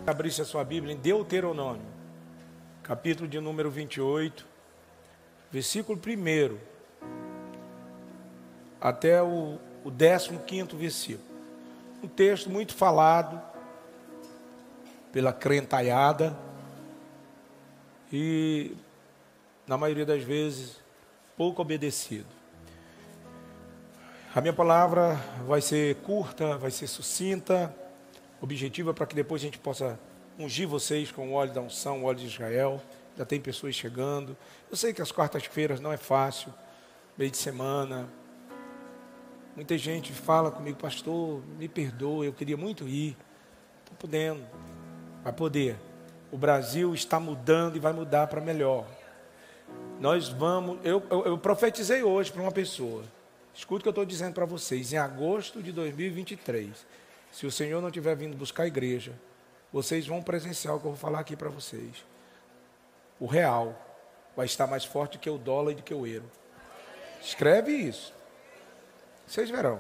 Abrisse a sua Bíblia em Deuteronômio, capítulo de número 28, versículo 1 até o 15º versículo. Um texto muito falado pela crentaiada e, na maioria das vezes, pouco obedecido. A minha palavra vai ser curta, vai ser sucinta, objetiva, para que depois a gente possa ungir vocês com o óleo da unção, o óleo de Israel. Já tem pessoas chegando. Eu sei que as quartas-feiras não é fácil, meio de semana. Muita gente fala comigo, pastor, me perdoa, eu queria muito ir. Estou podendo, vai poder. O Brasil está mudando e vai mudar para melhor. Nós vamos, eu profetizei hoje para uma pessoa. Escuta o que eu estou dizendo para vocês. Em agosto de 2023, se o Senhor não tiver vindo buscar a igreja, vocês vão presenciar o que eu vou falar aqui para vocês. O real vai estar mais forte do que o dólar e do que o euro. Escreve isso. Vocês verão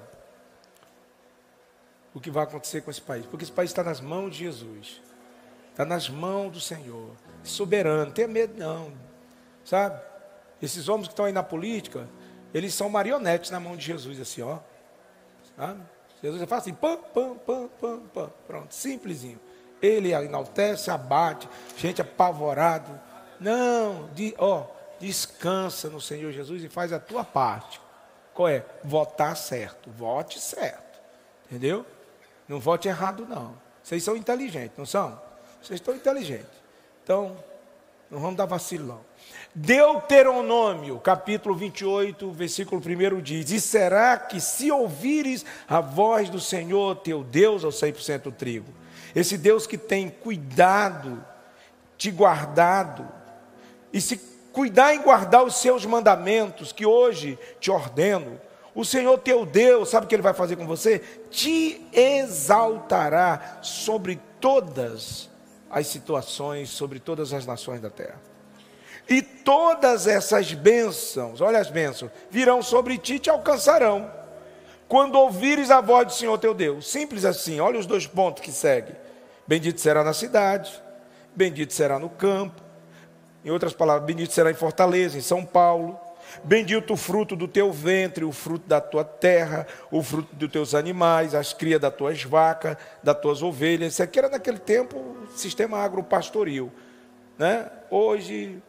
o que vai acontecer com esse país. Porque esse país está nas mãos de Jesus. Está nas mãos do Senhor. Soberano, não tenha medo não. Sabe? Esses homens que estão aí na política, eles são marionetes na mão de Jesus, assim, ó. Sabe? Jesus faz assim, pam, pam, pam, pam, pam. Pronto, simplesinho. Ele enaltece, abate, gente apavorado. Não, descansa no Senhor Jesus e faz a tua parte. Qual é? Votar certo. Vote certo. Entendeu? Não vote errado, não. Vocês são inteligentes, não são? Vocês estão inteligentes. Então, não vamos dar vacilo, não. Deuteronômio, capítulo 28, versículo 1 diz: E será que se ouvires a voz do Senhor teu Deus ao 100% trigo, esse Deus que tem cuidado, te guardado, e se cuidar em guardar os seus mandamentos, que hoje te ordeno, o Senhor teu Deus, sabe o que Ele vai fazer com você? Te exaltará sobre todas as situações, sobre todas as nações da terra. E todas essas bênçãos, olha as bênçãos, virão sobre ti e te alcançarão, quando ouvires a voz do Senhor teu Deus. Simples assim, olha os dois pontos que seguem. Bendito será na cidade, bendito será no campo. Em outras palavras, bendito será em Fortaleza, em São Paulo. Bendito o fruto do teu ventre, o fruto da tua terra, o fruto dos teus animais, as crias das tuas vacas, das tuas ovelhas. Isso aqui era naquele tempo o sistema agropastoril, né? Hoje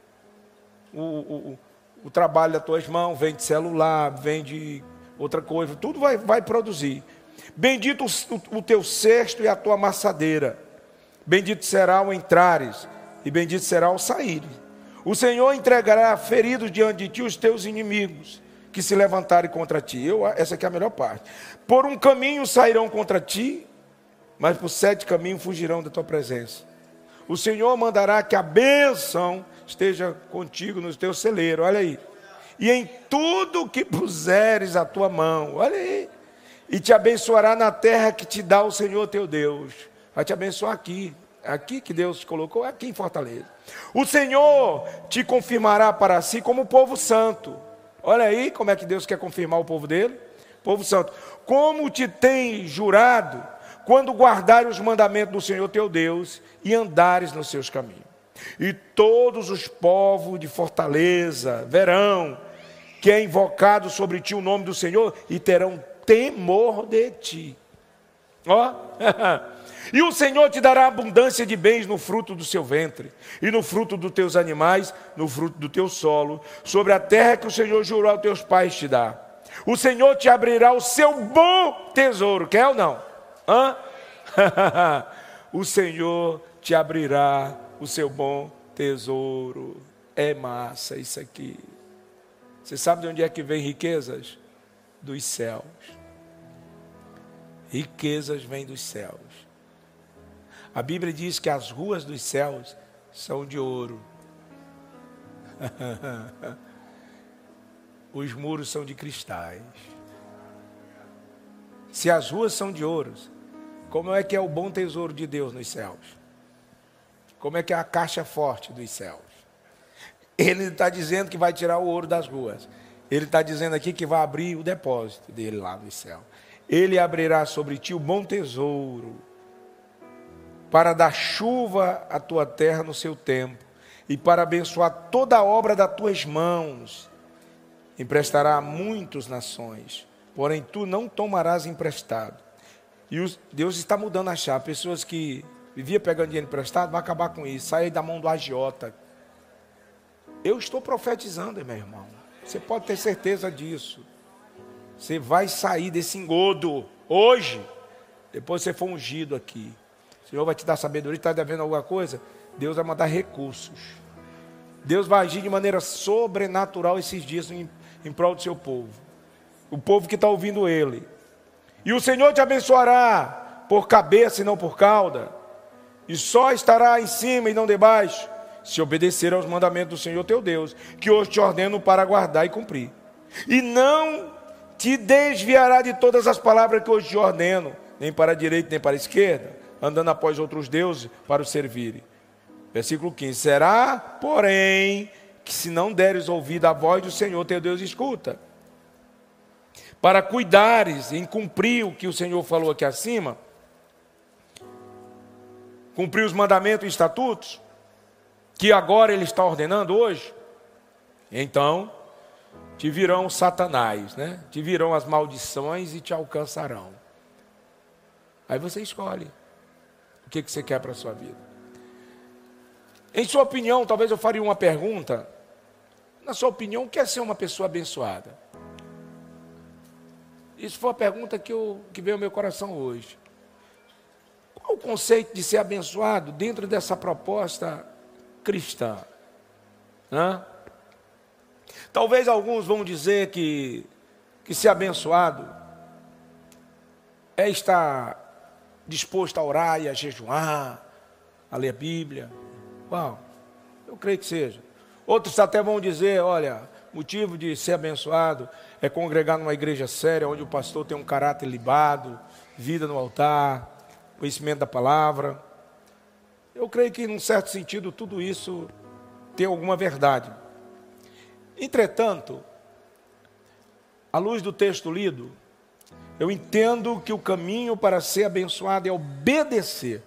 o trabalho das tuas mãos vem de celular, vem de outra coisa, tudo vai produzir. Bendito o teu cesto e a tua amassadeira. Bendito será o entrares e bendito será o saíres. O Senhor entregará feridos diante de ti os teus inimigos, que se levantarem contra ti. Essa aqui é a melhor parte. Por um caminho sairão contra ti, mas por 7 caminhos fugirão da tua presença. O Senhor mandará que a bênção esteja contigo nos teus celeiros, olha aí. E em tudo que puseres a tua mão, olha aí. E te abençoará na terra que te dá o Senhor teu Deus. Vai te abençoar aqui. Aqui que Deus te colocou, é aqui em Fortaleza. O Senhor te confirmará para si como povo santo. Olha aí como é que Deus quer confirmar o povo dele. Povo santo. Como te tem jurado, quando guardares os mandamentos do Senhor teu Deus e andares nos seus caminhos. E todos os povos de Fortaleza verão que é invocado sobre ti o nome do Senhor e terão temor de ti. Ó. E o Senhor te dará abundância de bens no fruto do seu ventre, e no fruto dos teus animais, no fruto do teu solo, sobre a terra que o Senhor jurou aos teus pais te dar. O Senhor te abrirá o seu bom tesouro, quer ou não? O Senhor te abrirá o seu bom tesouro. É massa isso aqui. Você sabe de onde é que vem riquezas? Dos céus. Riquezas vêm dos céus. A Bíblia diz que as ruas dos céus são de ouro. Os muros são de cristais. Se as ruas são de ouro, como é que é o bom tesouro de Deus nos céus? Como é que é a caixa forte dos céus? Ele está dizendo que vai tirar o ouro das ruas. Ele está dizendo aqui que vai abrir o depósito dele lá no céu. Ele abrirá sobre ti o bom tesouro. para dar chuva à tua terra no seu tempo, e para abençoar toda a obra das tuas mãos. Emprestará a muitas nações, porém tu não tomarás emprestado. E Deus está mudando a chave. Pessoas que viviam pegando dinheiro emprestado, vai acabar com isso, sair da mão do agiota. Eu estou profetizando, meu irmão. Você pode ter certeza disso. Você vai sair desse engodo hoje, depois você for ungido aqui. O Senhor vai te dar sabedoria, está devendo alguma coisa? Deus vai mandar recursos. Deus vai agir de maneira sobrenatural esses dias em prol do seu povo. O povo que está ouvindo Ele. E o Senhor te abençoará por cabeça e não por cauda. E só estará em cima e não debaixo, se obedecer aos mandamentos do Senhor teu Deus, que hoje te ordeno para guardar e cumprir. E não te desviará de todas as palavras que hoje te ordeno, nem para a direita nem para a esquerda, andando após outros deuses para os servirem. Versículo 15. Será, porém, que se não deres ouvido à voz do Senhor teu Deus, escuta, para cuidares em cumprir o que o Senhor falou aqui acima, cumprir os mandamentos e estatutos, que agora Ele está ordenando hoje, então te virão Satanás, né? Te virão as maldições e te alcançarão. Aí você escolhe o que você quer para a sua vida. Em sua opinião, talvez eu faria uma pergunta. Na sua opinião, o que é ser uma pessoa abençoada? Isso foi a pergunta que veio ao meu coração hoje. Qual o conceito de ser abençoado dentro dessa proposta cristã? Talvez alguns vão dizer que ser abençoado é estar disposto a orar e a jejuar, a ler a Bíblia. Uau, eu creio que seja. Outros até vão dizer, olha, motivo de ser abençoado é congregar numa igreja séria, onde o pastor tem um caráter libado, vida no altar, conhecimento da palavra. Eu creio que, num certo sentido, tudo isso tem alguma verdade. Entretanto, à luz do texto lido, eu entendo que o caminho para ser abençoado é obedecer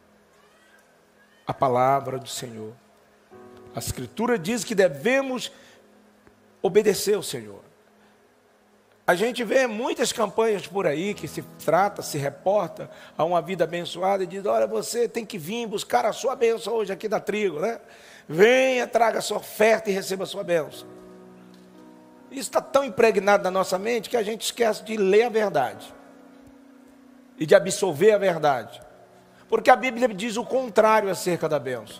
a palavra do Senhor. A Escritura diz que devemos obedecer ao Senhor. A gente vê muitas campanhas por aí que se trata, se reporta a uma vida abençoada e diz, olha, você tem que vir buscar a sua bênção hoje aqui da Trigo, né? Venha, traga a sua oferta e receba a sua bênção. Isso está tão impregnado na nossa mente que a gente esquece de ler a verdade e de absorver a verdade. Porque a Bíblia diz o contrário acerca da bênção.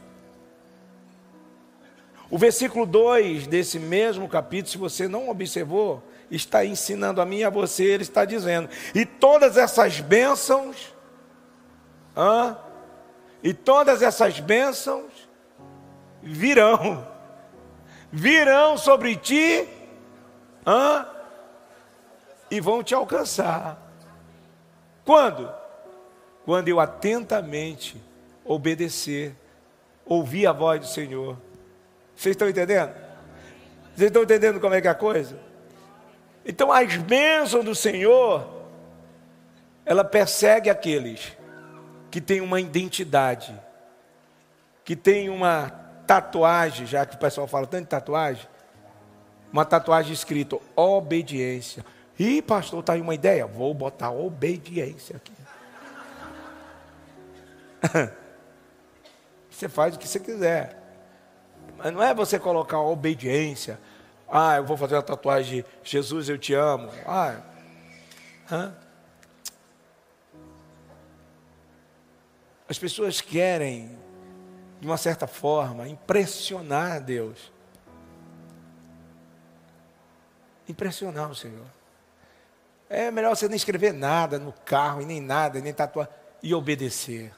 O versículo 2 desse mesmo capítulo, se você não observou, está ensinando a mim e a você, ele está dizendo, e todas essas bênçãos, virão sobre ti, e vão te alcançar. Quando? Quando eu atentamente obedecer, ouvir a voz do Senhor. Vocês estão entendendo? Vocês estão entendendo como é que é a coisa? Então as bênçãos do Senhor, ela persegue aqueles que têm uma identidade, que têm uma tatuagem, já que o pessoal fala tanto de tatuagem, uma tatuagem escrito obediência. Ih, pastor, está aí uma ideia? Vou botar obediência aqui. Você faz o que você quiser. Mas não é você colocar obediência. Eu vou fazer uma tatuagem, Jesus, eu te amo. As pessoas querem, de uma certa forma, impressionar Deus. Impressionar o Senhor. É melhor você não escrever nada no carro, e nem nada, nem tatuar, e obedecer.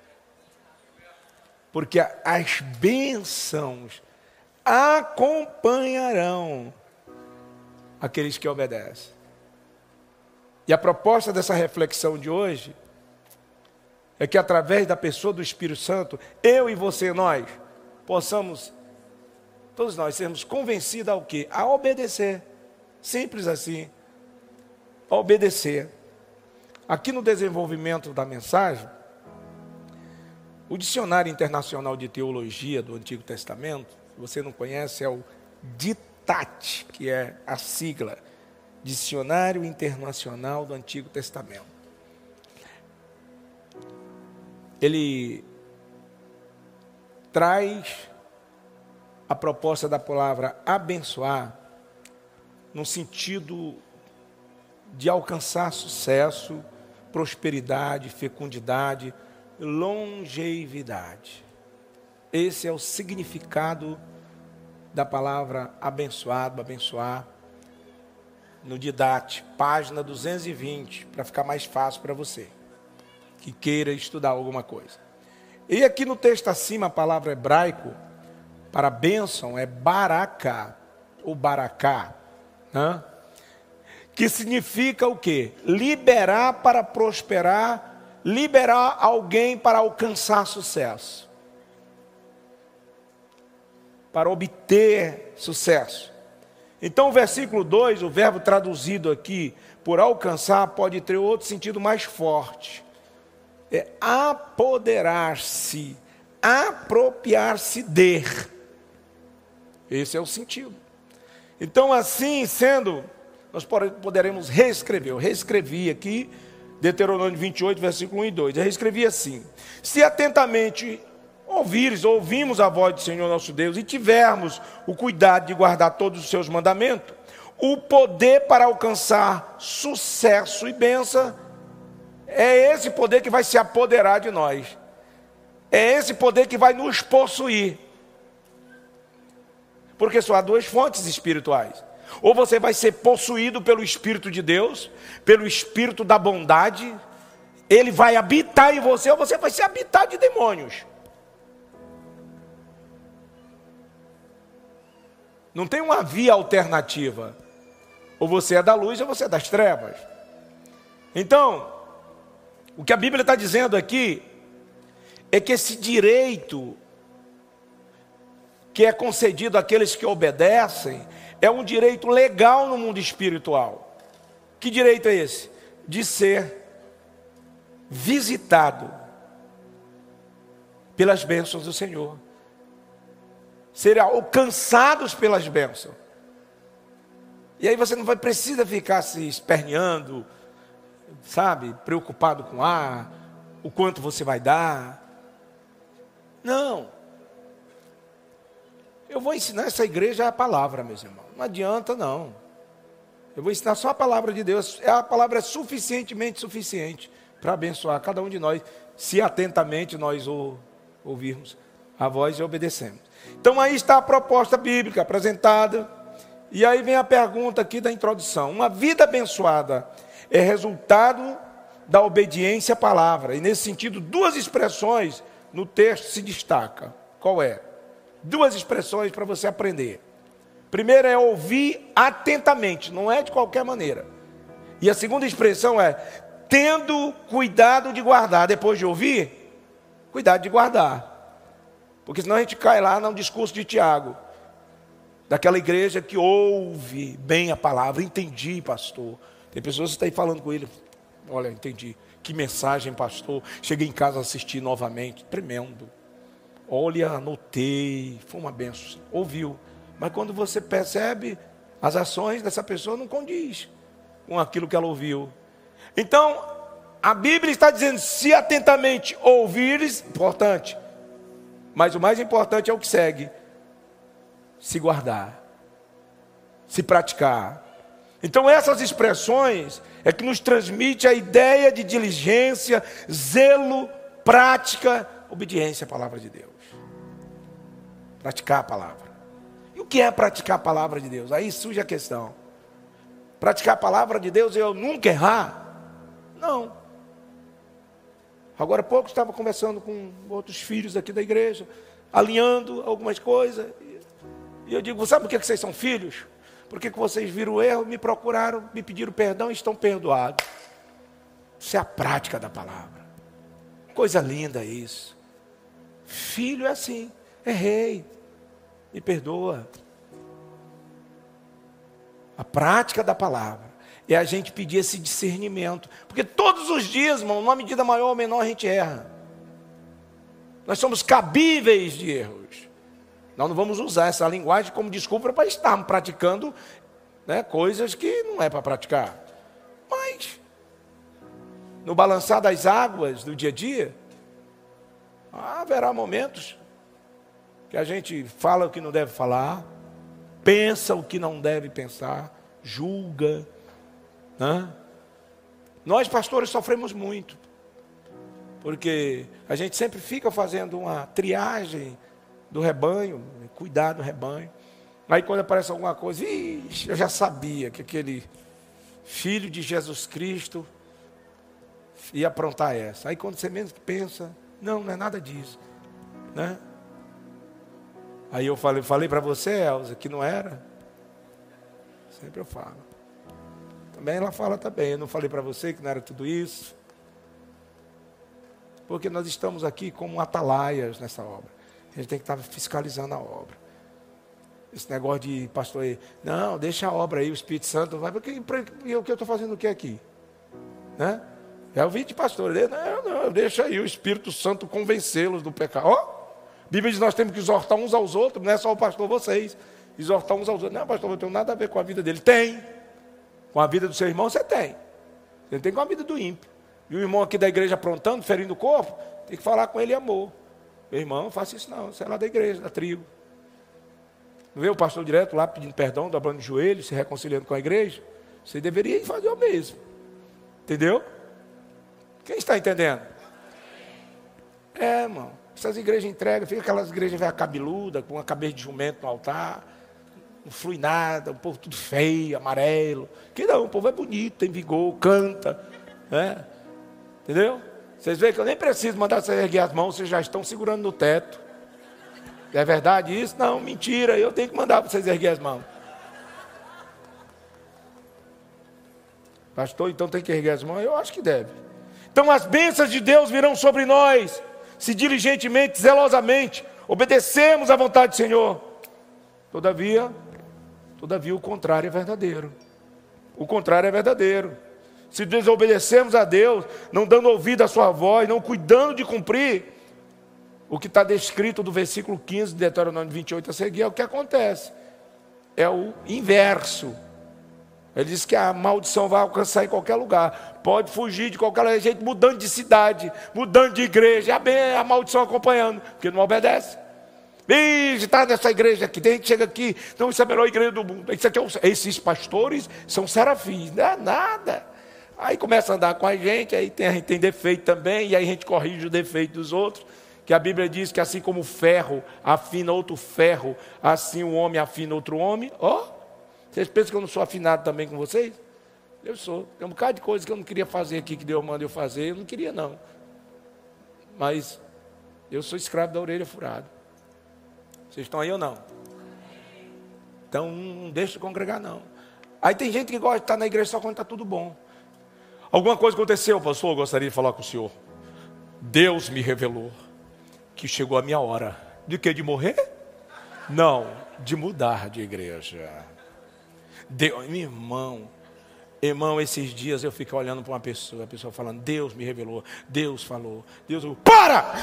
Porque as bênçãos acompanharão aqueles que obedecem. E a proposta dessa reflexão de hoje é que através da pessoa do Espírito Santo, eu e você, nós, possamos, todos nós, sermos convencidos ao quê? A obedecer. Simples assim. A obedecer. Aqui no desenvolvimento da mensagem, O Dicionário Internacional de Teologia do Antigo Testamento, se você não conhece, é o DITAT, que é a sigla, Dicionário Internacional do Antigo Testamento. Ele traz a proposta da palavra abençoar no sentido de alcançar sucesso, prosperidade, fecundidade, longevidade. Esse é o significado da palavra abençoado, abençoar, no Didache, página 220, para ficar mais fácil para você, que queira estudar alguma coisa. E aqui no texto acima, a palavra hebraico para bênção é baraká, ou baraká, né? Que significa o quê? Liberar para prosperar, liberar alguém para alcançar sucesso, para obter sucesso. Então o versículo 2, o verbo traduzido aqui por alcançar, pode ter outro sentido mais forte. É apoderar-se, apropriar-se de. Esse é o sentido. Então assim sendo, nós poderemos reescrever. Eu reescrevi aqui, Deuteronômio 28, versículo 1 e 2. Eu reescrevi assim: se atentamente ouvimos a voz do Senhor nosso Deus e tivermos o cuidado de guardar todos os seus mandamentos, o poder para alcançar sucesso e bênção é esse poder que vai se apoderar de nós. É esse poder que vai nos possuir. Porque só há duas fontes espirituais. Ou você vai ser possuído pelo Espírito de Deus, pelo Espírito da bondade, ele vai habitar em você, ou você vai se habitar de demônios. Não tem uma via alternativa. Ou você é da luz ou você é das trevas. Então, o que a Bíblia está dizendo aqui é que esse direito que é concedido àqueles que obedecem é um direito legal no mundo espiritual. Que direito é esse? De ser visitado pelas bênçãos do Senhor. Ser alcançados pelas bênçãos. E aí você não precisa ficar se esperneando, sabe, preocupado com o quanto você vai dar. Não. Eu vou ensinar essa igreja a palavra, meus irmãos. Não adianta, não. Eu vou ensinar só a palavra de Deus. A palavra é suficientemente suficiente para abençoar cada um de nós, se atentamente nós ouvirmos a voz e obedecemos. Então aí está a proposta bíblica apresentada. E aí vem a pergunta aqui da introdução. Uma vida abençoada é resultado da obediência à palavra. E nesse sentido, duas expressões no texto se destacam. Qual é? Duas expressões para você aprender. Primeiro é ouvir atentamente, não é de qualquer maneira. E a segunda expressão é tendo cuidado de guardar. Depois de ouvir, cuidado de guardar. Porque senão a gente cai lá no discurso de Tiago, daquela igreja que ouve bem a palavra. Entendi, pastor. Tem pessoas que estão aí falando com ele. Olha, entendi. Que mensagem, pastor. Cheguei em casa a assistir novamente. Tremendo. Olha, anotei. Foi uma benção. Ouviu. Mas quando você percebe, as ações dessa pessoa não condiz com aquilo que ela ouviu. Então, a Bíblia está dizendo, se atentamente ouvires, importante. Mas o mais importante é o que segue. Se guardar. Se praticar. Então essas expressões é que nos transmite a ideia de diligência, zelo, prática, obediência à palavra de Deus. Praticar a palavra. E o que é praticar a palavra de Deus? Aí surge a questão. Praticar a palavra de Deus é eu nunca errar? Não. Agora há pouco estava conversando com outros filhos aqui da igreja, alinhando algumas coisas. E eu digo, sabe por que vocês são filhos? Porque vocês viram o erro, me procuraram, me pediram perdão e estão perdoados. Isso é a prática da palavra. Coisa linda isso. Filho é assim, errei, me perdoa. A prática da palavra é a gente pedir esse discernimento. Porque todos os dias, irmão, numa medida maior ou menor, a gente erra. Nós somos cabíveis de erros. Nós não vamos usar essa linguagem como desculpa para estarmos praticando, né, coisas que não é para praticar. Mas, no balançar das águas do dia a dia, haverá momentos que a gente fala o que não deve falar, pensa o que não deve pensar, julga, né? Nós, pastores, sofremos muito, porque a gente sempre fica fazendo uma triagem do rebanho, cuidar do rebanho. Aí quando aparece alguma coisa, eu já sabia que aquele filho de Jesus Cristo ia aprontar essa. Aí quando você menos pensa, não é nada disso, né? Aí eu falei para você, Elza, que não era. Sempre eu falo. Também ela fala também, eu não falei para você que não era tudo isso. Porque nós estamos aqui como atalaias nessa obra. A gente tem que estar fiscalizando a obra. Esse negócio de pastor aí, não, deixa a obra aí, o Espírito Santo vai, porque o que eu estou fazendo o que aqui? Né? É o vídeo de pastor, não, deixa aí o Espírito Santo convencê-los do pecado. Ó, a Bíblia diz que nós temos que exortar uns aos outros, não é só o pastor, vocês. Exortar uns aos outros. Não, pastor, não tem nada a ver com a vida dele. Tem. Com a vida do seu irmão, você tem. Você tem com a vida do ímpio. E o irmão aqui da igreja aprontando, ferindo o corpo, tem que falar com ele em amor. Meu irmão, não faça isso não, você é lá da igreja, da tribo. Não vê o pastor direto lá pedindo perdão, dobrando o joelho, se reconciliando com a igreja? Você deveria ir fazer o mesmo. Entendeu? Quem está entendendo? Irmão. Essas igrejas entregam, fica aquelas igrejas velha cabeluda, com uma cabeça de jumento no altar, não flui nada, o povo tudo feio, amarelo. Que não, o povo é bonito, tem vigor, canta, né? Entendeu? Vocês veem que eu nem preciso mandar vocês erguer as mãos, vocês já estão segurando no teto. É verdade isso? Não, mentira, eu tenho que mandar para vocês erguer as mãos. Pastor, então tem que erguer as mãos? Eu acho que deve. Então as bênçãos de Deus virão sobre nós, se diligentemente, zelosamente, obedecemos à vontade do Senhor. Todavia, o contrário é verdadeiro. O contrário é verdadeiro. Se desobedecemos a Deus, não dando ouvido à sua voz, não cuidando de cumprir o que está descrito do versículo 15 de Deuteronômio 28 a seguir, é o que acontece. É o inverso. Ele diz que a maldição vai alcançar em qualquer lugar. Pode fugir de qualquer lugar, gente mudando de cidade, mudando de igreja, a maldição acompanhando, porque não obedece. Está nessa igreja aqui, tem gente que chega aqui, então isso é a melhor igreja do mundo. Esses pastores são serafins, não é nada. Aí começa a andar com a gente, aí tem defeito também, e aí a gente corrige o defeito dos outros. Que a Bíblia diz que assim como o ferro afina outro ferro, assim o homem afina outro homem. Vocês pensam que eu não sou afinado também com vocês? Eu sou. Tem um bocado de coisa que eu não queria fazer aqui, que Deus manda eu fazer, eu não queria não. Mas eu sou escravo da orelha furada. Vocês estão aí ou não? Então não deixa de congregar não. Aí tem gente que gosta de estar na igreja só quando está tudo bom. Alguma coisa aconteceu, pastor, eu gostaria de falar com o senhor. Deus me revelou que chegou a minha hora. De quê? De morrer? Não, de mudar de igreja. Irmão, esses dias eu fico olhando para uma pessoa, a pessoa falando, Deus me revelou, Deus falou, Deus... Para!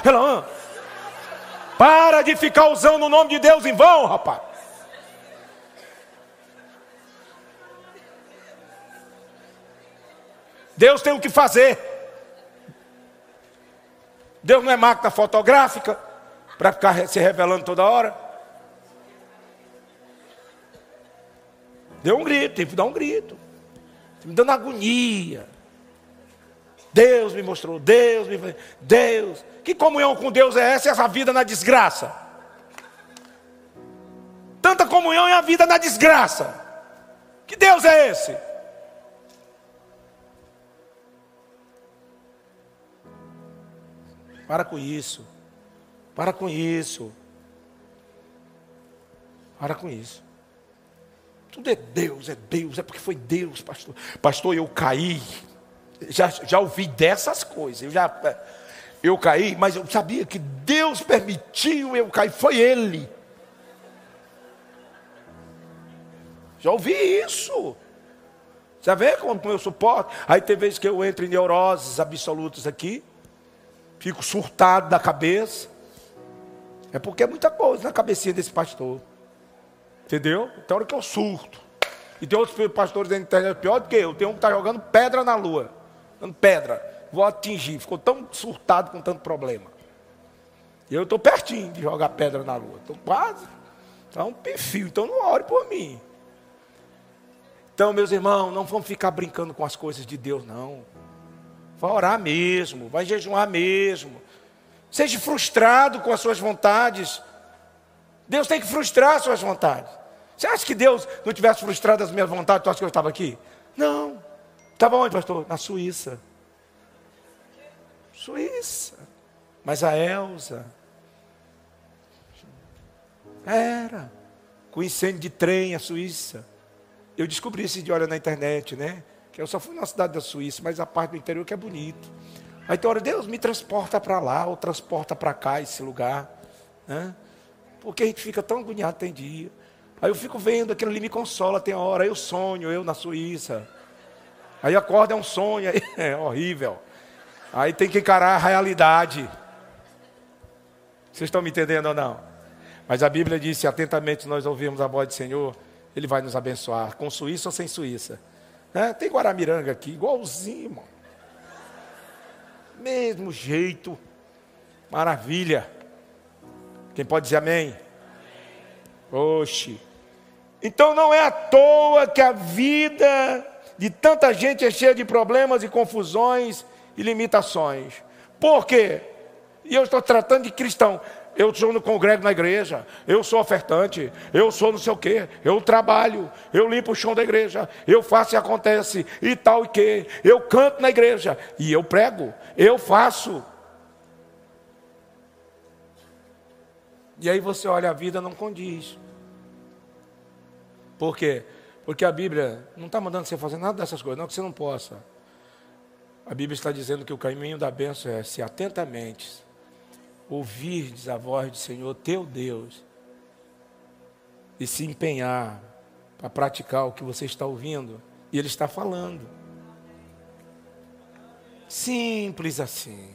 Para de ficar usando o nome de Deus em vão, rapaz. Deus tem o que fazer. Deus não é máquina fotográfica para ficar se revelando toda hora. Deu um grito, tem que dar um grito. Me dando agonia. Deus me mostrou, Deus. Que comunhão com Deus é essa vida na desgraça? Tanta comunhão e a vida na desgraça. Que Deus é esse? Para com isso. Para com isso. Para com isso. Tudo é Deus, é porque foi Deus, pastor. Pastor, eu caí. Já ouvi dessas coisas. Eu caí, mas eu sabia que Deus permitiu eu cair. Foi Ele. Já ouvi isso. Já vê como eu suporto? Aí tem vezes que eu entro em neuroses absolutas aqui. Fico surtado da cabeça. É porque é muita coisa na cabecinha desse pastor. Entendeu? Tem hora que eu surto. E tem outros pastores da internet pior do que eu. Tem um que está jogando pedra na lua. Jogando pedra. Vou atingir. Ficou tão surtado com tanto problema. E eu estou pertinho de jogar pedra na lua. Estou quase. Está um perfil. Então não ore por mim. Então, meus irmãos, não vamos ficar brincando com as coisas de Deus, não. Vai orar mesmo. Vai jejuar mesmo. Seja frustrado com as suas vontades. Deus tem que frustrar as suas vontades. Você acha que Deus não tivesse frustrado as minhas vontades? Tu acha que eu estava aqui? Não. Estava onde, pastor? Na Suíça. Suíça. Mas a Elza era com incêndio de trem, a Suíça. Eu descobri esse de olho na internet, né? Que eu só fui na cidade da Suíça, mas a parte do interior que é bonito. Aí tem hora, Deus me transporta para lá, ou transporta para cá, esse lugar. Né? Porque a gente fica tão agoniado, tem dia. Aí eu fico vendo, aquilo ali me consola, tem hora. Aí eu sonho, eu na Suíça. Aí acorda, é um sonho, aí é horrível. Aí tem que encarar a realidade. Vocês estão me entendendo ou não? Mas a Bíblia diz, se atentamente nós ouvirmos a voz do Senhor, Ele vai nos abençoar, com Suíça ou sem Suíça. Né? Tem Guaramiranga aqui, igualzinho, irmão. Mesmo jeito. Maravilha. Quem pode dizer amém? Oxe. Então não é à toa que a vida de tanta gente é cheia de problemas e confusões e limitações. Por quê? E eu estou tratando de cristão. Eu sou no congrego na igreja, eu sou ofertante, eu sou não sei o quê, eu trabalho, eu limpo o chão da igreja, eu faço e acontece, e tal e que, eu canto na igreja, e eu prego, eu faço. E aí você olha, a vida não condiz. Por quê? Porque a Bíblia não está mandando você fazer nada dessas coisas, não que você não possa. A Bíblia está dizendo que o caminho da bênção é se atentamente ouvirdes a voz do Senhor teu Deus e se empenhar para praticar o que você está ouvindo e Ele está falando. Simples assim.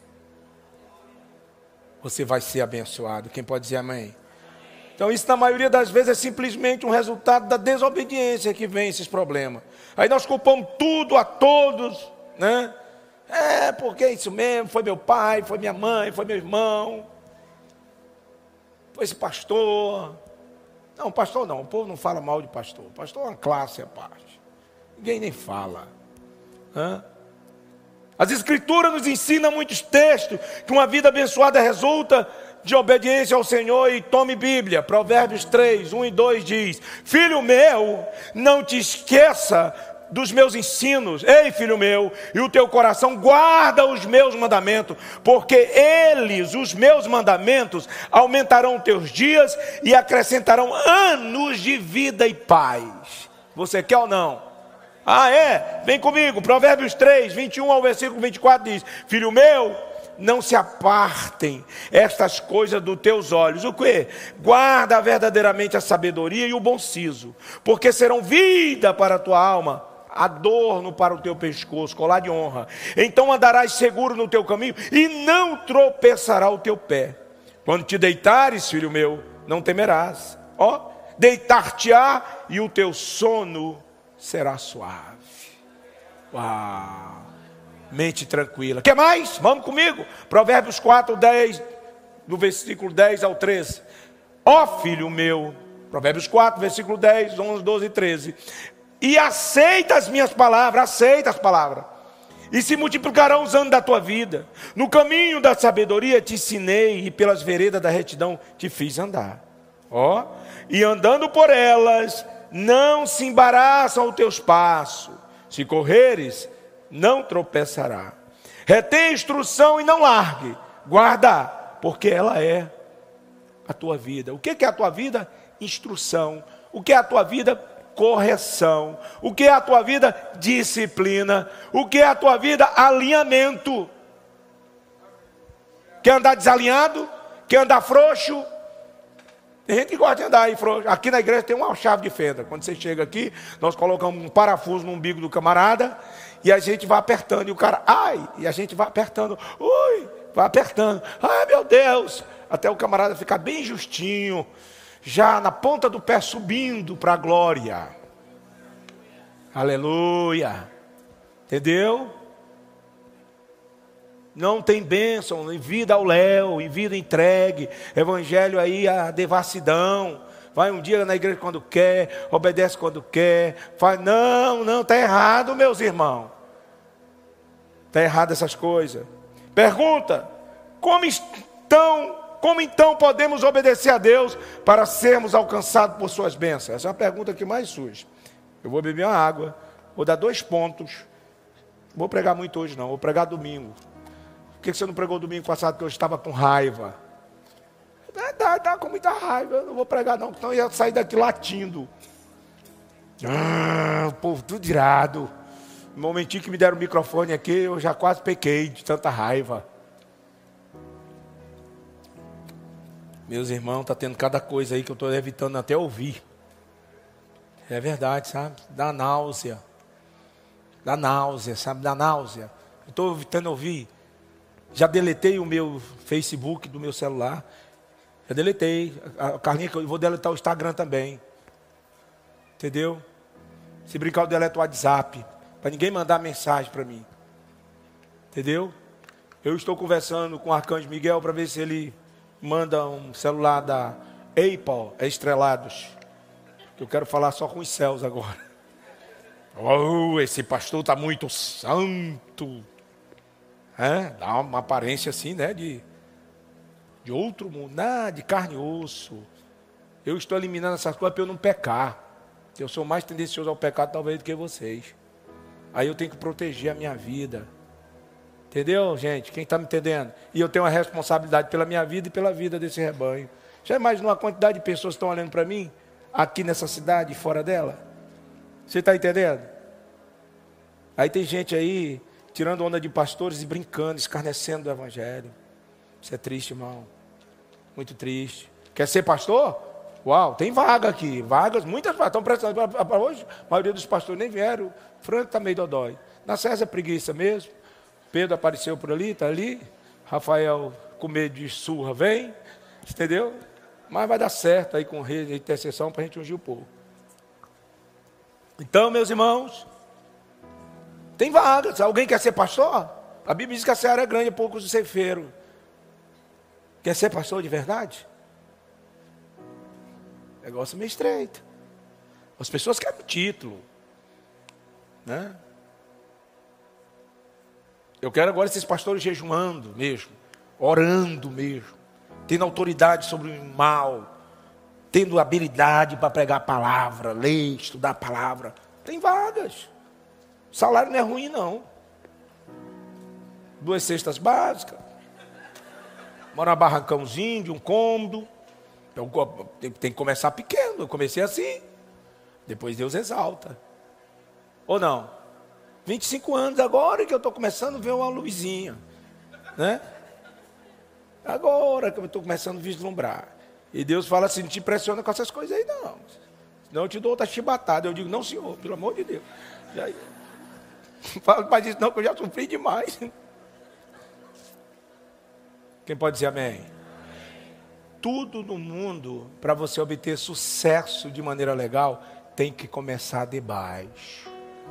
Você vai ser abençoado. Quem pode dizer amém? Então isso na maioria das vezes é simplesmente um resultado da desobediência que vem esses problemas. Aí nós culpamos tudo a todos, né? É, porque é isso mesmo, foi meu pai, foi minha mãe, foi meu irmão, foi esse pastor. Não, pastor não, o povo não fala mal de pastor. Pastor é uma classe à parte. Ninguém nem fala. As Escrituras nos ensinam muitos textos que uma vida abençoada resulta de obediência ao Senhor. E tome Bíblia, Provérbios 3, 1 e 2 diz: filho meu, não te esqueça dos meus ensinos, ei filho meu, e o teu coração guarda os meus mandamentos, porque eles, os meus mandamentos, aumentarão teus dias e acrescentarão anos de vida e paz. Você quer ou não? Ah, é? Vem comigo, Provérbios 3, 21 ao versículo 24 diz: filho meu, não se apartem estas coisas dos teus olhos. O quê? Guarda verdadeiramente a sabedoria e o bom siso, porque serão vida para a tua alma, adorno para o teu pescoço, colar de honra. Então andarás seguro no teu caminho e não tropeçará o teu pé. Quando te deitares, filho meu, não temerás. Ó, deitar-te-á e o teu sono será suave. Uau! Mente tranquila. Quer mais? Vamos comigo. Provérbios 4, 10, do versículo 10 ao 13. Ó filho meu, Provérbios 4, versículo 10, 11, 12 e 13. E aceita as minhas palavras, aceita as palavras, e se multiplicarão os anos da tua vida. No caminho da sabedoria te ensinei, e pelas veredas da retidão te fiz andar. Ó, e andando por elas, não se embaraçam os teus passos. Se correres, não tropeçará. Retém a instrução e não largue. Guarda, porque ela é a tua vida. O que é a tua vida? Instrução. O que é a tua vida? Correção. O que é a tua vida? Disciplina. O que é a tua vida? Alinhamento. Quer andar desalinhado? Quer andar frouxo? Tem gente que gosta de andar aí frouxo. Aqui na igreja tem uma chave de fenda. Quando você chega aqui, nós colocamos um parafuso no umbigo do camarada e a gente vai apertando e o cara, ai, e a gente vai apertando, ui, vai apertando. Ai, meu Deus! Até o camarada ficar bem justinho, já na ponta do pé subindo para a glória. Aleluia! Entendeu? Não tem bênção em vida ao léu, em vida entregue, evangelho aí a devassidão. Vai um dia na igreja quando quer, obedece quando quer, faz, não, está errado, meus irmãos. Está errado essas coisas. Pergunta, como então podemos obedecer a Deus para sermos alcançados por suas bênçãos? Essa é a pergunta que mais surge. Eu vou beber uma água, vou dar 2 pontos. Não vou pregar muito hoje não, vou pregar domingo. Por que você não pregou domingo passado? Porque eu estava com raiva. Estava com muita raiva, eu não vou pregar não, senão eu ia sair daqui latindo. O povo tudo irado. No momentinho que me deram o microfone aqui, eu já quase pequei de tanta raiva. Meus irmãos, está tendo cada coisa aí que eu estou evitando até ouvir. É verdade, sabe? Dá náusea, sabe? Dá náusea. Eu estou evitando ouvir. Já deletei o meu Facebook do meu celular. Já deletei. A Carlinha, eu vou deletar o Instagram também. Entendeu? Se brincar, eu deleto o WhatsApp. Para ninguém mandar mensagem para mim. Entendeu? Eu estou conversando com o Arcanjo Miguel para ver se ele manda um celular da Apple, estrelados. Eu quero falar só com os céus agora. Oh, esse pastor está muito santo. Dá uma aparência assim, né? De outro mundo, de carne e osso. Eu estou eliminando essas coisas para eu não pecar. Eu sou mais tendencioso ao pecado talvez do que vocês. Aí eu tenho que proteger a minha vida. Entendeu, gente? Quem está me entendendo? E eu tenho uma responsabilidade pela minha vida e pela vida desse rebanho. Já imaginou a quantidade de pessoas que estão olhando para mim? Aqui nessa cidade e fora dela? Você está entendendo? Aí tem gente aí tirando onda de pastores e brincando, escarnecendo do evangelho. Isso é triste, irmão. Muito triste. Quer ser pastor? Uau, tem vaga aqui. Vagas, muitas vagas. Estão prestando para hoje. A maioria dos pastores nem vieram. Franco está meio dodói. Na César é preguiça mesmo. Pedro apareceu por ali, está ali. Rafael, com medo de surra, vem. Entendeu? Mas vai dar certo aí com o rei de intercessão para a gente ungir o povo. Então, meus irmãos, tem vagas. Alguém quer ser pastor? A Bíblia diz que a seara é grande, poucos ceifeiros. Quer ser pastor de verdade? Negócio meio estreito. As pessoas querem o título, né? Eu quero agora esses pastores jejuando mesmo, orando mesmo, tendo autoridade sobre o mal, tendo habilidade para pregar a palavra, ler, estudar a palavra. Tem vagas. O salário não é ruim, não. 2 cestas básicas. Mora num barracãozinho de um cômodo. Então, tem que começar pequeno. Eu comecei assim. Depois Deus exalta. Ou não? 25 anos agora que eu estou começando a ver uma luzinha. Né? Agora que eu estou começando a vislumbrar. E Deus fala assim, não te impressiona com essas coisas aí não. Senão eu te dou outra chibatada. Eu digo, não senhor, pelo amor de Deus. Não fala mais isso não, que eu já sofri demais. Quem pode dizer amém? Tudo no mundo, para você obter sucesso de maneira legal, tem que começar de baixo.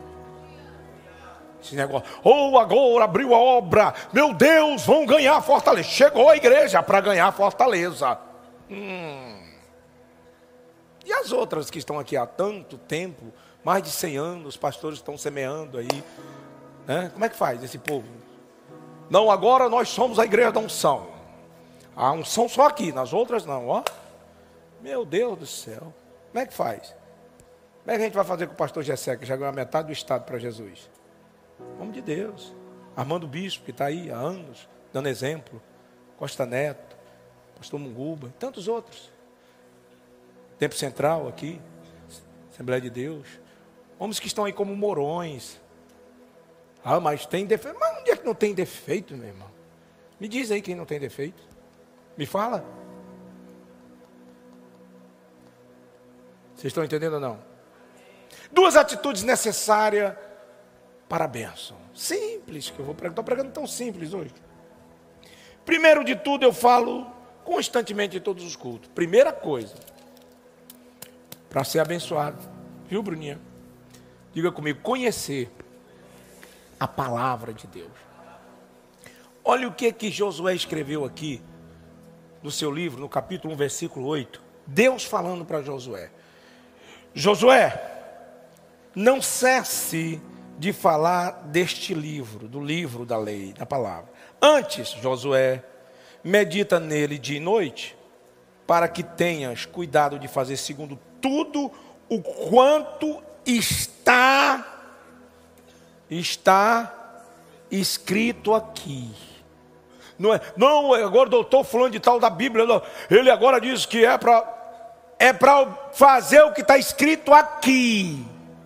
Esse negócio, agora abriu a obra, meu Deus, vão ganhar a fortaleza. Chegou a igreja para ganhar a fortaleza. E as outras que estão aqui há tanto tempo, mais de 100 anos, os pastores estão semeando aí. Né? Como é que faz esse povo? Não, agora nós somos a igreja da unção. A unção só aqui, nas outras não, ó. Meu Deus do céu. Como é que faz? Como é que a gente vai fazer com o pastor Gessé, que já ganhou a metade do estado para Jesus? Homem de Deus. Armando Bispo, que está aí há anos, dando exemplo. Costa Neto, pastor Munguba, e tantos outros. Tempo Central aqui, Assembleia de Deus. Homens que estão aí como morões. Ah, mas tem defeito. Mas onde é que não tem defeito, meu irmão? Me diz aí quem não tem defeito. Me fala. Vocês estão entendendo ou não? 2 atitudes necessárias para a bênção. Simples, que eu vou pregar. Estou pregando tão simples hoje. Primeiro de tudo, eu falo constantemente em todos os cultos. Primeira coisa, para ser abençoado, viu, Bruninha? Diga comigo, conhecer a palavra de Deus. Olha o que Josué escreveu aqui no seu livro, no capítulo 1, versículo 8. Deus falando para Josué: Josué, não cesse de falar deste livro, do livro da lei, da palavra. Antes, Josué, medita nele dia e noite, para que tenhas cuidado de fazer segundo tudo o quanto está escrito aqui. Não, agora o doutor falando de tal da Bíblia, não, ele agora diz que é para fazer o que está escrito aqui.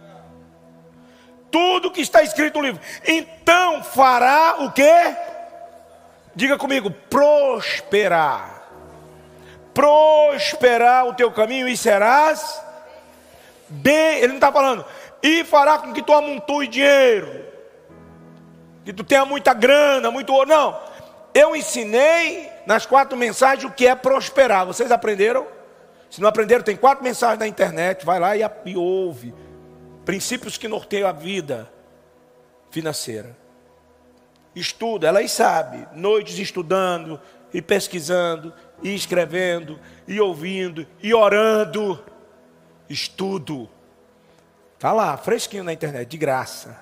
Tudo que está escrito no livro. Então fará o quê? Diga comigo, prosperar. Prosperar o teu caminho e serás bem. Ele não está falando, e fará com que tu amontoe dinheiro, que tu tenha muita grana, muito ouro. Não, eu ensinei nas 4 mensagens o que é prosperar. Vocês aprenderam? Se não aprenderam, tem 4 mensagens na internet. Vai lá e ouve. Princípios que norteiam a vida financeira. Estuda, elas sabem. Noites estudando, e pesquisando, e escrevendo, e ouvindo, e orando. Estudo. Está lá, fresquinho na internet, de graça.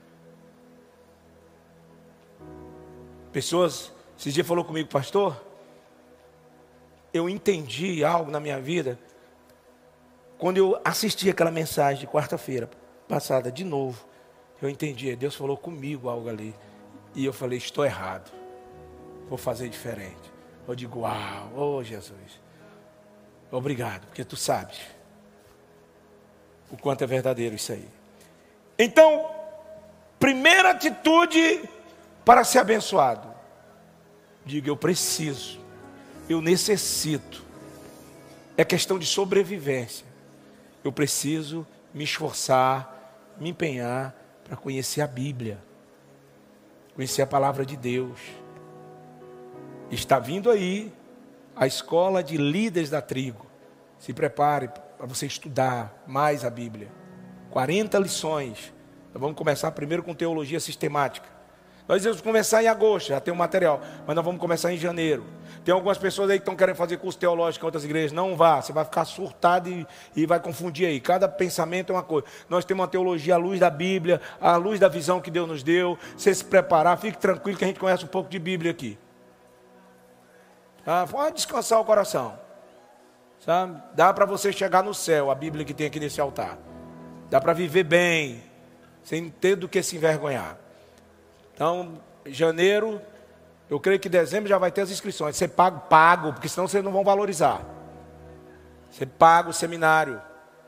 Pessoas, esses dias falou comigo, pastor, eu entendi algo na minha vida quando eu assisti aquela mensagem de quarta-feira passada de novo. Eu entendi, Deus falou comigo algo ali. E eu falei, estou errado, vou fazer diferente. Eu digo, uau, oh Jesus, obrigado, porque tu sabes o quanto é verdadeiro isso aí. Então, primeira atitude para ser abençoado. Diga, eu preciso, eu necessito. É questão de sobrevivência. Eu preciso me esforçar, me empenhar para conhecer a Bíblia. Conhecer a palavra de Deus. Está vindo aí a escola de líderes da tribo. Se prepare para você estudar mais a Bíblia. 40 lições. Nós vamos começar primeiro com teologia sistemática. Nós vamos começar em agosto, já tem um material, mas nós vamos começar em janeiro. Tem algumas pessoas aí que estão querendo fazer curso teológico em outras igrejas. Não vá, você vai ficar surtado e vai confundir aí. Cada pensamento é uma coisa. Nós temos uma teologia à luz da Bíblia, à luz da visão que Deus nos deu. Você se preparar, fique tranquilo que a gente conhece um pouco de Bíblia aqui. Pode descansar o coração. Sabe? Dá para você chegar no céu, a Bíblia que tem aqui nesse altar. Dá para viver bem, sem ter do que se envergonhar. Então, janeiro, eu creio que dezembro já vai ter as inscrições. Você pago, porque senão vocês não vão valorizar. Você paga o seminário.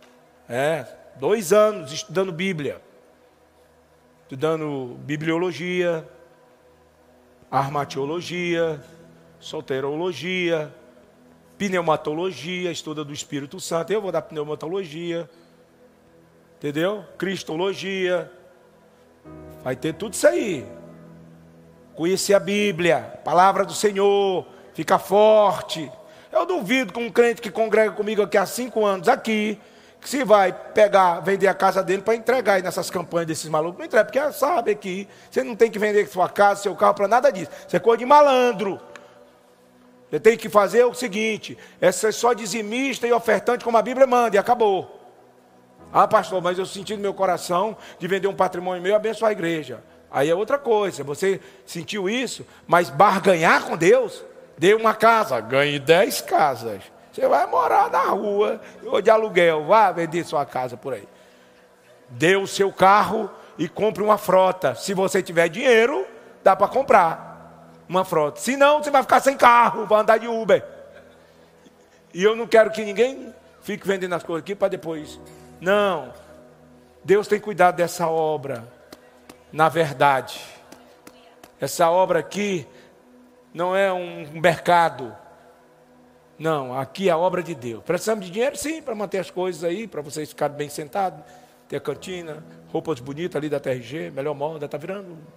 2 anos estudando Bíblia. Estudando bibliologia, armatiologia, solteirologia, pneumatologia, estuda do Espírito Santo. Eu vou dar pneumatologia. Entendeu? Cristologia. Vai ter tudo isso aí. Conhecer a Bíblia, palavra do Senhor, fica forte. Eu duvido que um crente que congrega comigo aqui há 5 anos aqui, que se vai pegar, vender a casa dele para entregar aí nessas campanhas desses malucos, não entrega, porque sabe que você não tem que vender sua casa, seu carro para nada disso. Você é coisa de malandro. Você tem que fazer o seguinte, é ser só dizimista e ofertante como a Bíblia manda e acabou. Pastor, mas eu senti no meu coração de vender um patrimônio meu e abençoar a igreja. Aí é outra coisa, você sentiu isso, mas barganhar com Deus, dê uma casa, ganhe 10 casas. Você vai morar na rua, ou de aluguel, vá vender sua casa por aí. Dê o seu carro e compre uma frota. Se você tiver dinheiro, dá para comprar uma frota. Se não, você vai ficar sem carro, vai andar de Uber. E eu não quero que ninguém fique vendendo as coisas aqui para depois. Não, Deus tem cuidado dessa obra. Na verdade, essa obra aqui não é um mercado. Não, aqui é a obra de Deus. Precisamos de dinheiro, sim, para manter as coisas aí, para vocês ficarem bem sentados, ter a cantina, roupas bonitas ali da TRG, melhor moda, está virando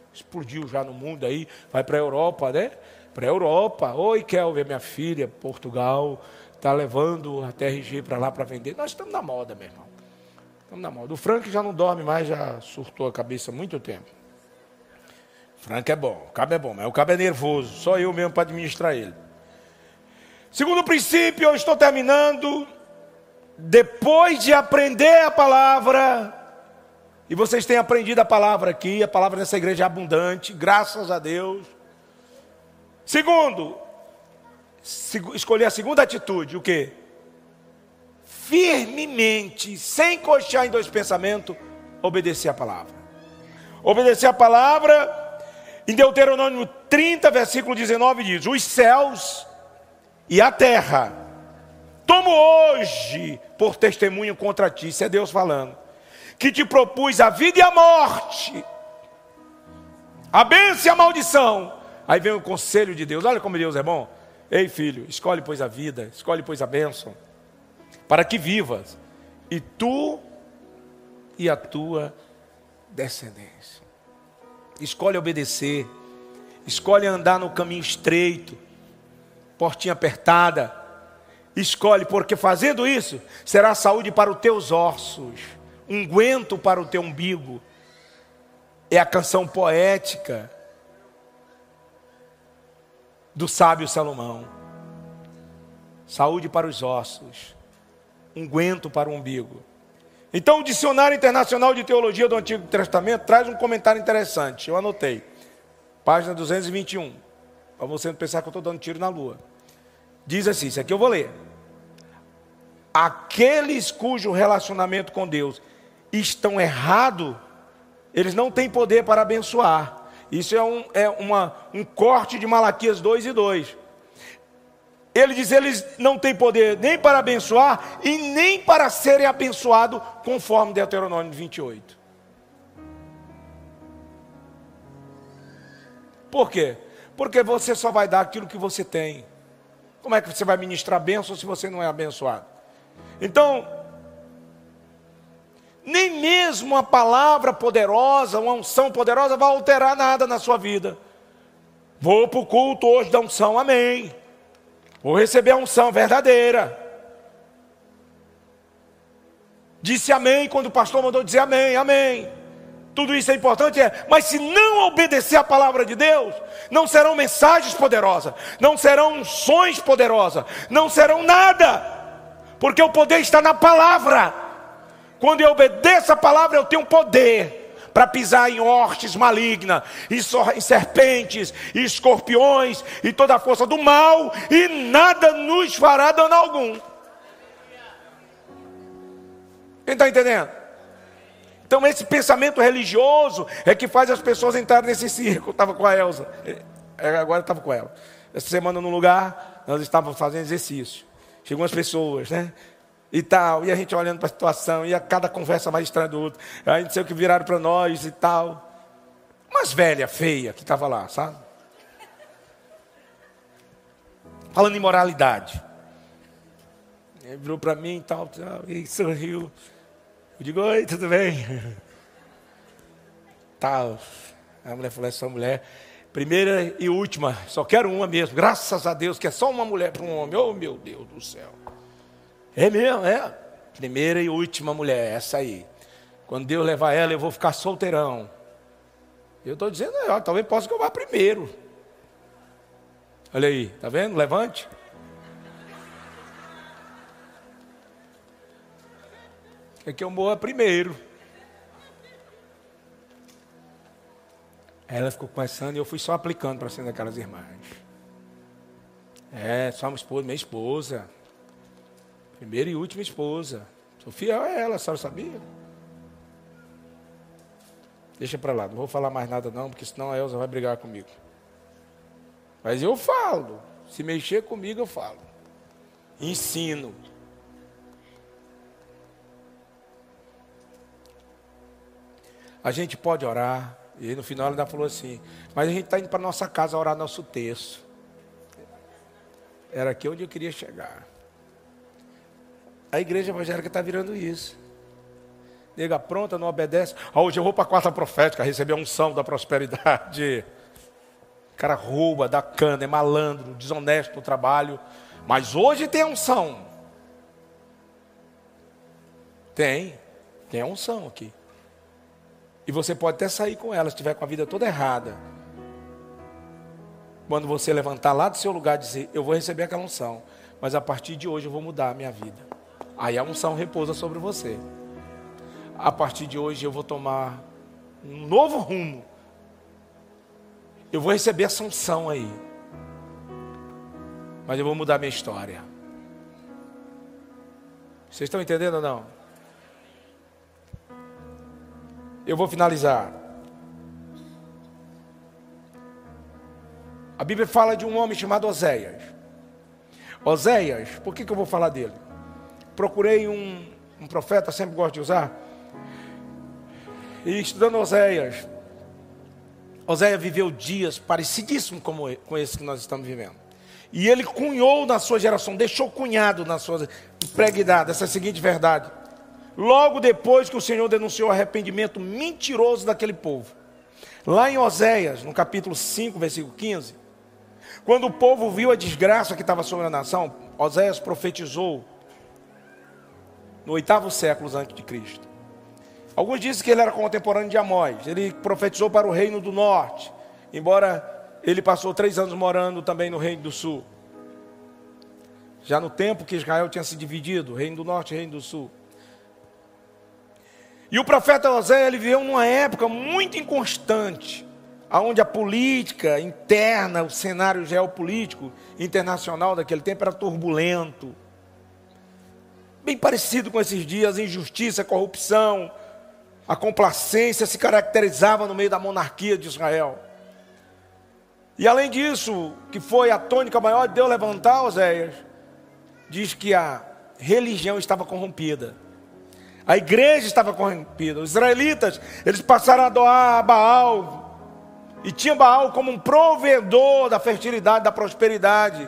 explodiu já no mundo aí, vai para a Europa, né? Para a Europa. Oi, Kelvin, minha filha, Portugal, está levando a TRG para lá para vender. Nós estamos na moda, meu irmão. Estamos na moda. O Frank já não dorme mais, já surtou a cabeça há muito tempo. Frank é bom, o cabo é bom, mas o cabo é nervoso, só eu mesmo para administrar ele. Segundo princípio, eu estou terminando. Depois de aprender a palavra, e vocês têm aprendido a palavra aqui, a palavra nessa igreja é abundante, graças a Deus. Segundo, escolher a segunda atitude, o quê? Firmemente, sem cochear em dois pensamentos, obedecer a palavra. Obedecer a palavra. Em Deuteronômio 30, versículo 19 diz: os céus e a terra tomo hoje por testemunho contra ti, isso é Deus falando, que te propus a vida e a morte, a bênção e a maldição. Aí vem o conselho de Deus, olha como Deus é bom. Ei filho, escolhe pois a vida, escolhe pois a bênção, para que vivas, e tu e a tua descendência. Escolhe obedecer, escolhe andar no caminho estreito, portinha apertada. Escolhe, porque fazendo isso, será saúde para os teus ossos, unguento para o teu umbigo. É a canção poética do sábio Salomão. Saúde para os ossos, unguento para o umbigo. Então o Dicionário Internacional de Teologia do Antigo Testamento traz um comentário interessante, eu anotei. Página 221, para você não pensar que eu estou dando tiro na lua. Diz assim, isso aqui eu vou ler. Aqueles cujo relacionamento com Deus estão errado, eles não têm poder para abençoar. Isso é um corte de Malaquias 2:2. Ele diz, eles não têm poder nem para abençoar e nem para serem abençoados, conforme Deuteronômio 28. Por quê? Porque você só vai dar aquilo que você tem. Como é que você vai ministrar bênção se você não é abençoado? Então, nem mesmo uma palavra poderosa, uma unção poderosa vai alterar nada na sua vida. Vou para o culto hoje da unção, amém. Vou receber a unção verdadeira. Disse amém quando o pastor mandou dizer amém, amém. Tudo isso é importante, mas se não obedecer a palavra de Deus, não serão mensagens poderosas, não serão unções poderosas, não serão nada, porque o poder está na palavra. Quando eu obedeço a palavra, eu tenho poder para pisar em hortes malignas, em serpentes, e escorpiões, e toda a força do mal, e nada nos fará dano algum. Quem está entendendo? Então esse pensamento religioso é que faz as pessoas entrarem nesse círculo. Eu estava com a Elza, agora estava com ela. Essa semana num lugar, nós estávamos fazendo exercício. Chegam as pessoas, né? E tal, e a gente olhando para a situação, e a cada conversa mais estranha do outro. Aí não sei o que viraram para nós e tal. Umas velha feia que estava lá, sabe? Falando em moralidade. Ele virou para mim e tal, e sorriu. Eu digo, oi, tudo bem? Tal. A mulher falou, essa mulher, primeira e última, só quero uma mesmo. Graças a Deus que é só uma mulher para um homem. Oh, meu Deus do céu. É mesmo, é. Primeira e última mulher, essa aí. Quando Deus levar ela, eu vou ficar solteirão. Eu estou dizendo, talvez possa que eu vá primeiro. Olha aí, tá vendo? Levante. É que eu morra primeiro. Aí ela ficou conversando e eu fui só aplicando para cima daquelas irmãs. Só uma esposa, minha esposa. Primeira e última esposa. Sou fiel a ela, a senhora sabia? Deixa para lá, não vou falar mais nada não, porque senão a Elza vai brigar comigo. Mas eu falo. Se mexer comigo, eu falo. Ensino. A gente pode orar. E no final ela ainda falou assim, mas a gente está indo para nossa casa orar nosso terço. Era aqui onde eu queria chegar. A igreja evangélica está virando isso. nega pronta, não obedece. Hoje eu vou para a quarta profética, receber a unção da prosperidade. O cara rouba, dá cana, é malandro, desonesto no trabalho. Mas hoje tem a unção. Tem a unção aqui. E você pode até sair com ela, se estiver com a vida toda errada. Quando você levantar lá do seu lugar e dizer, eu vou receber aquela unção, mas a partir de hoje eu vou mudar a minha vida. Aí a unção repousa sobre você. A partir de hoje eu vou tomar um novo rumo. Eu vou receber essa unção aí. Mas eu vou mudar a minha história. Vocês estão entendendo ou não? Eu vou finalizar. A Bíblia fala de um homem chamado Oséias. Oséias, por que eu vou falar dele? Procurei um profeta, sempre gosto de usar. E estudando Oséias, Oséias viveu dias parecidíssimos com esse que nós estamos vivendo. E ele cunhou na sua geração, deixou cunhado na sua impregnada essa seguinte verdade. Logo depois que o Senhor denunciou o arrependimento mentiroso daquele povo. Lá em Oséias, no capítulo 5, versículo 15, quando o povo viu a desgraça que estava sobre a nação, Oséias profetizou no 8º século antes de Cristo. Alguns dizem que ele era contemporâneo de Amós. Ele profetizou para o reino do norte, embora ele passou 3 anos morando também no reino do sul. Já no tempo que Israel tinha se dividido, reino do norte e reino do sul. E o profeta Oséias, ele viveu numa época muito inconstante, onde a política interna, o cenário geopolítico internacional daquele tempo era turbulento. Bem parecido com esses dias, a injustiça, a corrupção, a complacência se caracterizava no meio da monarquia de Israel. E além disso, que foi a tônica maior de Deus levantar Oséias, diz que a religião estava corrompida. A igreja estava corrompida. Os israelitas, eles passaram a adorar a Baal. E tinha Baal como um provedor da fertilidade, da prosperidade.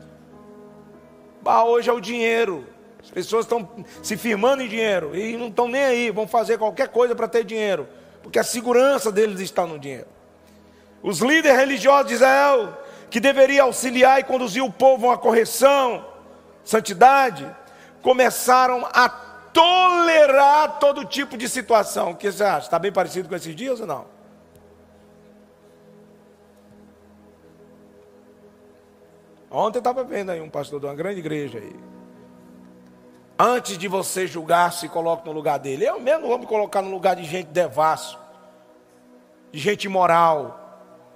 Baal hoje é o dinheiro. As pessoas estão se firmando em dinheiro e não estão nem aí, vão fazer qualquer coisa para ter dinheiro, porque a segurança deles está no dinheiro. Os líderes religiosos de Israel, que deveriam auxiliar e conduzir o povo a uma correção, santidade, começaram a tolerar todo tipo de situação. O que você acha? Está bem parecido com esses dias ou não? Ontem eu estava vendo aí um pastor de uma grande igreja aí. Antes de você julgar, se coloque no lugar dele. Eu mesmo vou me colocar no lugar de gente devasso, de gente imoral,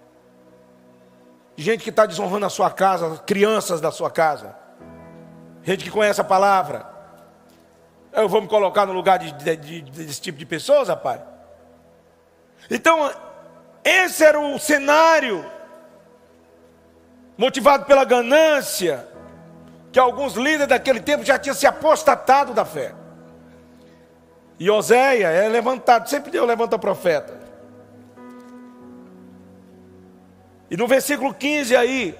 de gente que está desonrando a sua casa, crianças da sua casa, gente que conhece a palavra. Eu vou me colocar no lugar desse tipo de pessoas, rapaz? Então, esse era o cenário, motivado pela ganância, que alguns líderes daquele tempo já tinham se apostatado da fé. E Oséias é levantado, sempre Deus levanta profeta. E no versículo 15 aí,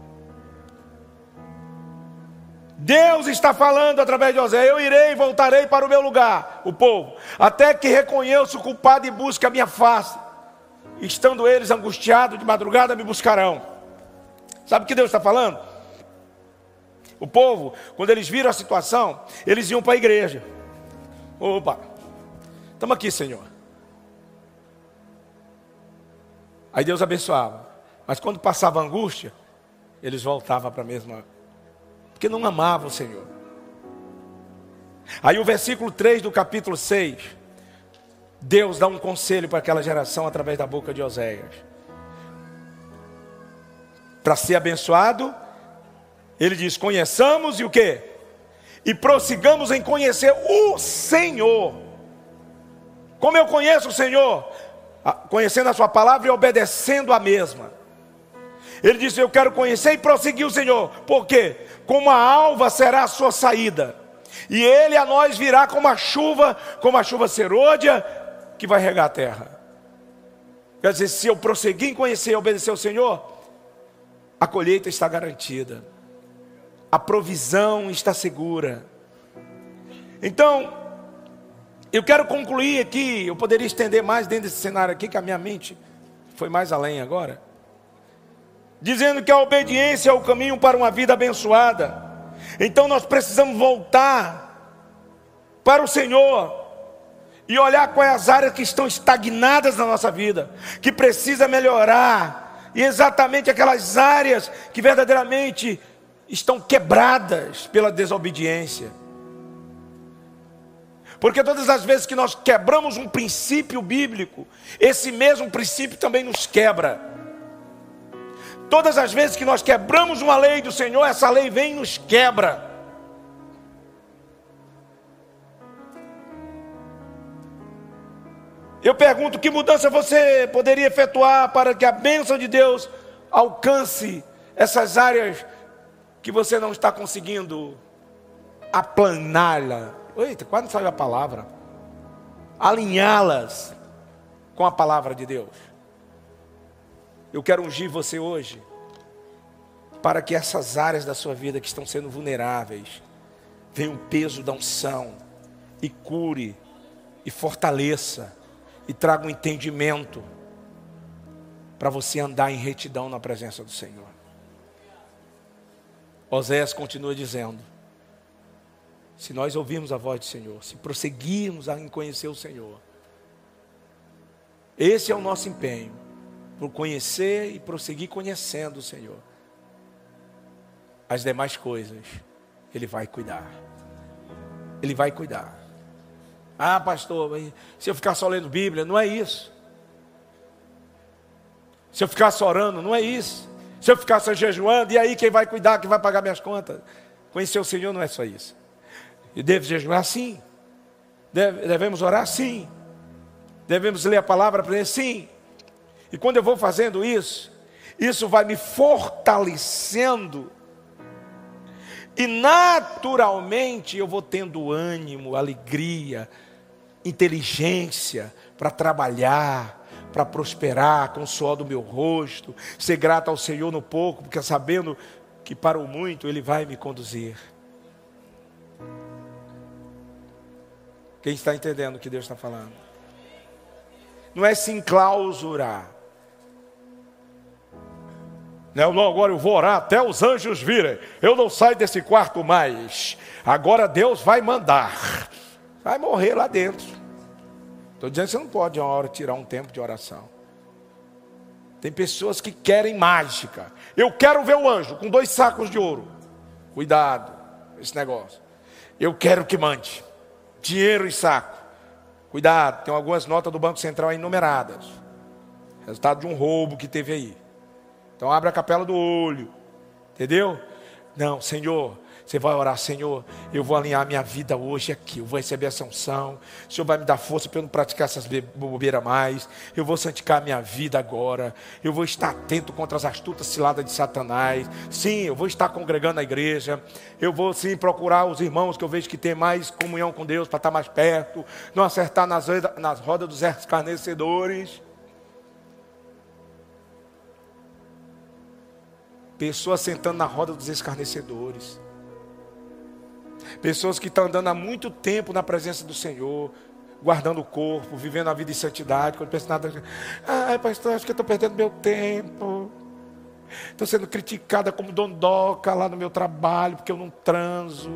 Deus está falando através de Oséias: eu irei e voltarei para o meu lugar, o povo, até que reconheça o culpado e busque a minha face. Estando eles angustiados de madrugada, me buscarão. Sabe o que Deus está falando? O povo, quando eles viram a situação, eles iam para a igreja. Opa, estamos aqui, Senhor. Aí Deus abençoava. Mas quando passava a angústia, eles voltavam para a mesma, porque não amavam o Senhor. Aí o versículo 3 do capítulo 6, Deus dá um conselho para aquela geração através da boca de Oséias. Para ser abençoado, ele diz: conheçamos e o quê? E prossigamos em conhecer o Senhor. Como eu conheço o Senhor? Conhecendo a sua palavra e obedecendo a mesma. Ele disse: eu quero conhecer e prosseguir o Senhor. Por quê? Como a alva será a sua saída, e ele a nós virá como a chuva serôdia, que vai regar a terra. Quer dizer, se eu prosseguir em conhecer e obedecer o Senhor, a colheita está garantida, a provisão está segura. Então, Eu quero concluir aqui, eu poderia estender mais dentro desse cenário aqui, que a minha mente foi mais além agora. Dizendo que a obediência é o caminho para uma vida abençoada. Então nós precisamos voltar para o Senhor e olhar quais as áreas que estão estagnadas na nossa vida, que precisa melhorar, e exatamente aquelas áreas que verdadeiramente estão quebradas pela desobediência. Porque todas as vezes que nós quebramos um princípio bíblico, esse mesmo princípio também nos quebra. Todas as vezes que nós quebramos uma lei do Senhor, essa lei vem e nos quebra. Eu pergunto, que mudança você poderia efetuar para que a bênção de Deus alcance essas áreas que você não está conseguindo aplaná-la? Eita, quase não saiu a palavra. Alinhá-las com a palavra de Deus. Eu quero ungir você hoje, para que essas áreas da sua vida que estão sendo vulneráveis, venha o peso da unção, e cure, e fortaleça, e traga um entendimento, para você andar em retidão na presença do Senhor. Oséias continua dizendo: se nós ouvirmos a voz do Senhor, se prosseguirmos em conhecer o Senhor, esse é o nosso empenho, por conhecer e prosseguir conhecendo o Senhor. As demais coisas, Ele vai cuidar. Ele vai cuidar. Ah, pastor, se eu ficar só lendo Bíblia, não é isso. Se eu ficar só orando, não é isso. Se eu ficar só jejuando, e aí quem vai cuidar, quem vai pagar minhas contas? Conhecer o Senhor não é só isso. E devo jejuar? Sim. Devemos orar? Sim. Devemos ler a palavra para ele? Sim. E quando eu vou fazendo isso, isso vai me fortalecendo. E naturalmente eu vou tendo ânimo, alegria, inteligência para trabalhar, para prosperar com o suor do meu rosto, ser grato ao Senhor no pouco, porque sabendo que para o muito Ele vai me conduzir. Quem está entendendo o que Deus está falando? Não é se enclausurar. Não, agora eu vou orar até os anjos virem. Eu não saio desse quarto mais. Agora Deus vai mandar. Vai morrer lá dentro. Estou dizendo que você não pode uma hora tirar um tempo de oração. Tem pessoas que querem mágica. Eu quero ver o anjo com 2 sacos de ouro. Cuidado com esse negócio. Eu quero que mande dinheiro em saco. Cuidado, tem algumas notas do Banco Central aí numeradas. Resultado de um roubo que teve aí. Então abre a capela do olho. Entendeu? Não, Senhor, você vai orar: Senhor, eu vou alinhar minha vida hoje aqui. Eu vou receber essa unção. O Senhor vai me dar força para eu não praticar essas bobeiras mais. Eu vou santificar a minha vida agora. Eu vou estar atento contra as astutas ciladas de Satanás. Sim, eu vou estar congregando na igreja. Eu vou sim procurar os irmãos que eu vejo que tem mais comunhão com Deus, para estar mais perto. Não acertar nas rodas dos escarnecedores. Pessoas sentando na roda dos escarnecedores. Pessoas que estão andando há muito tempo na presença do Senhor, guardando o corpo, vivendo a vida em santidade. Quando pensa nada, ai pastor, acho que eu estou perdendo meu tempo. Estou sendo criticada como dondoca lá no meu trabalho, porque eu não transo.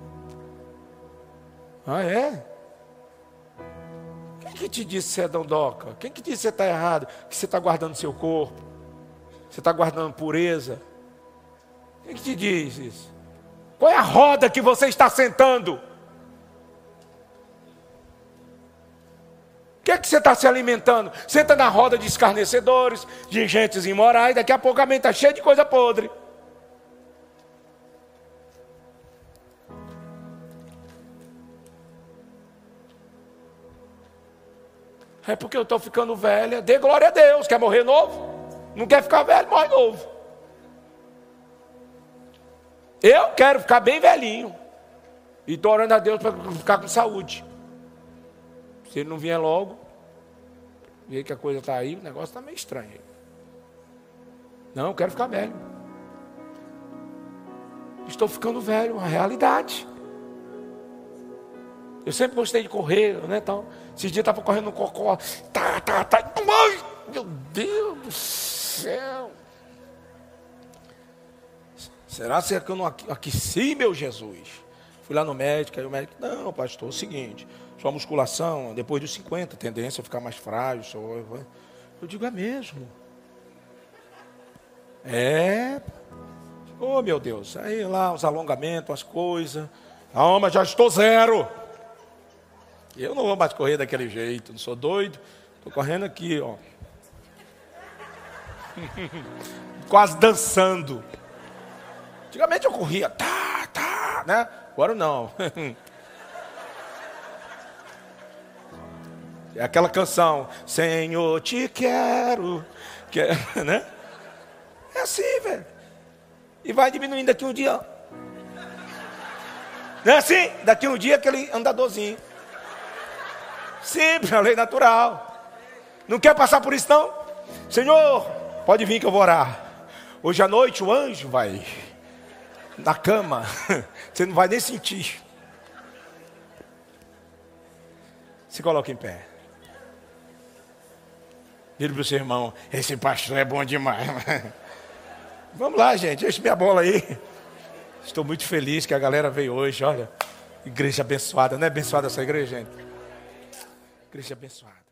Ah, é? Quem que te disse que você é dondoca? Quem que disse que você está errado? Que você está guardando seu corpo? Você está guardando pureza? Quem que te diz isso? Qual é a roda que você está sentando? O que é que você está se alimentando? Senta na roda de escarnecedores, de gentes imorais. Daqui a pouco a mente está cheia de coisa podre. É porque eu estou ficando velha. Dê glória a Deus. Quer morrer novo? Não quer ficar velho? Morre novo. Eu quero ficar bem velhinho. E estou orando a Deus para ficar com saúde. Se ele não vier logo, ver que a coisa está aí, o negócio está meio estranho. Não, eu quero ficar velho. Estou ficando velho, uma realidade. Eu sempre gostei de correr, né, tal. Esses dias eu estava correndo no cocó. Ai, meu Deus do céu. Será que eu não aqueci, meu Jesus? Fui lá no médico, aí o médico, não, pastor, é o seguinte, sua musculação, depois dos 50, tendência a ficar mais frágil. Eu digo, é mesmo? Oh, meu Deus, aí lá os alongamentos, as coisas. Não, mas já estou zero. Eu não vou mais correr daquele jeito, não sou doido. Estou correndo aqui, ó. Quase dançando. Antigamente eu corria, né? Agora não. É aquela canção, Senhor, te quero, né? É assim, velho. E vai diminuindo daqui um dia. Não é assim? Daqui um dia aquele andadorzinho. Simples, a lei natural. Não quer passar por isso não? Senhor, pode vir que eu vou orar. Hoje à noite o anjo vai na cama. Você não vai nem sentir. Se coloca em pé. Vira para o seu irmão, esse pastor é bom demais. Vamos lá, gente, enche minha bola aí. Estou muito feliz que a galera veio hoje, olha. Igreja abençoada, não é abençoada essa igreja, gente? Igreja abençoada.